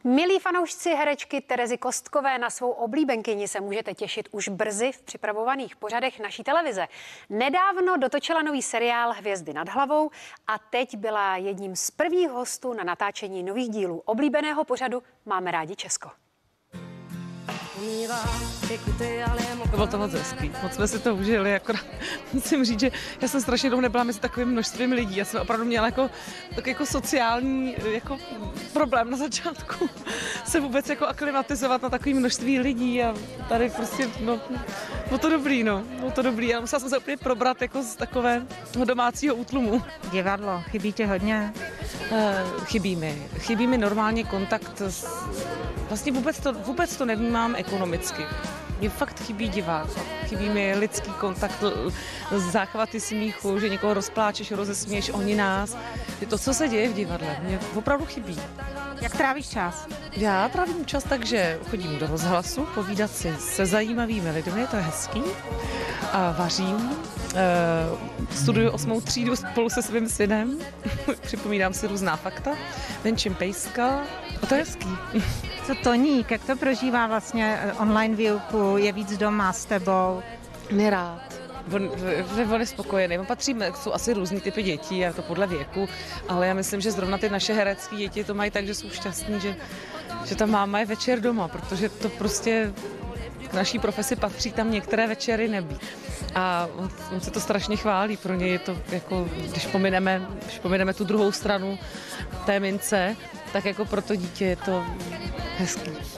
Milí fanoušci herečky Terezy Kostkové, na svou oblíbenkyni se můžete těšit už brzy v připravovaných pořadech naší televize. Nedávno dotočila nový seriál Hvězdy nad hlavou a teď byla jedním z prvních hostů na natáčení nových dílů oblíbeného pořadu Máme rádi Česko. To bylo to moc hezký. Moc jsme si to užili, akorát musím říct, že já jsem strašně dlouho nebyla mezi takovým množstvím lidí. Já jsem opravdu měla jako sociální problém na začátku se vůbec jako aklimatizovat na takové množství lidí a tady prostě, bylo to dobrý, bylo to dobrý, ale musela jsem se úplně probrat jako z takového domácího útlumu. Divadlo, chybí ti hodně? Chybí mi normálně kontakt vlastně vůbec to nevnímám ekonomicky. Mně fakt chybí divák, chybí mi lidský kontakt, záchvaty smíchu, že někoho rozpláčeš, rozesměješ, oni nás. Je to, co se děje v divadle, mě opravdu chybí. Jak trávíš čas? Já trávím čas tak, že chodím do rozhlasu, povídat si se zajímavými lidmi, to je hezký. A vařím, studuju 8. třídu spolu se svým synem, připomínám si různá fakta, venčím pejska a to je hezký. Co Toník, jak to prožívá vlastně online výuku, je víc doma s tebou? Nerád. On je spokojený. Jsou asi různý typy dětí, a to podle věku, ale já myslím, že zrovna ty naše herecké děti to mají tak, že jsou šťastní, že ta máma je večer doma, protože to prostě k naší profesi patří tam některé večery nebýt. A on se to strašně chválí, pro něj je to jako, když pomineme tu druhou stranu té mince, tak jako pro to dítě je to hezký.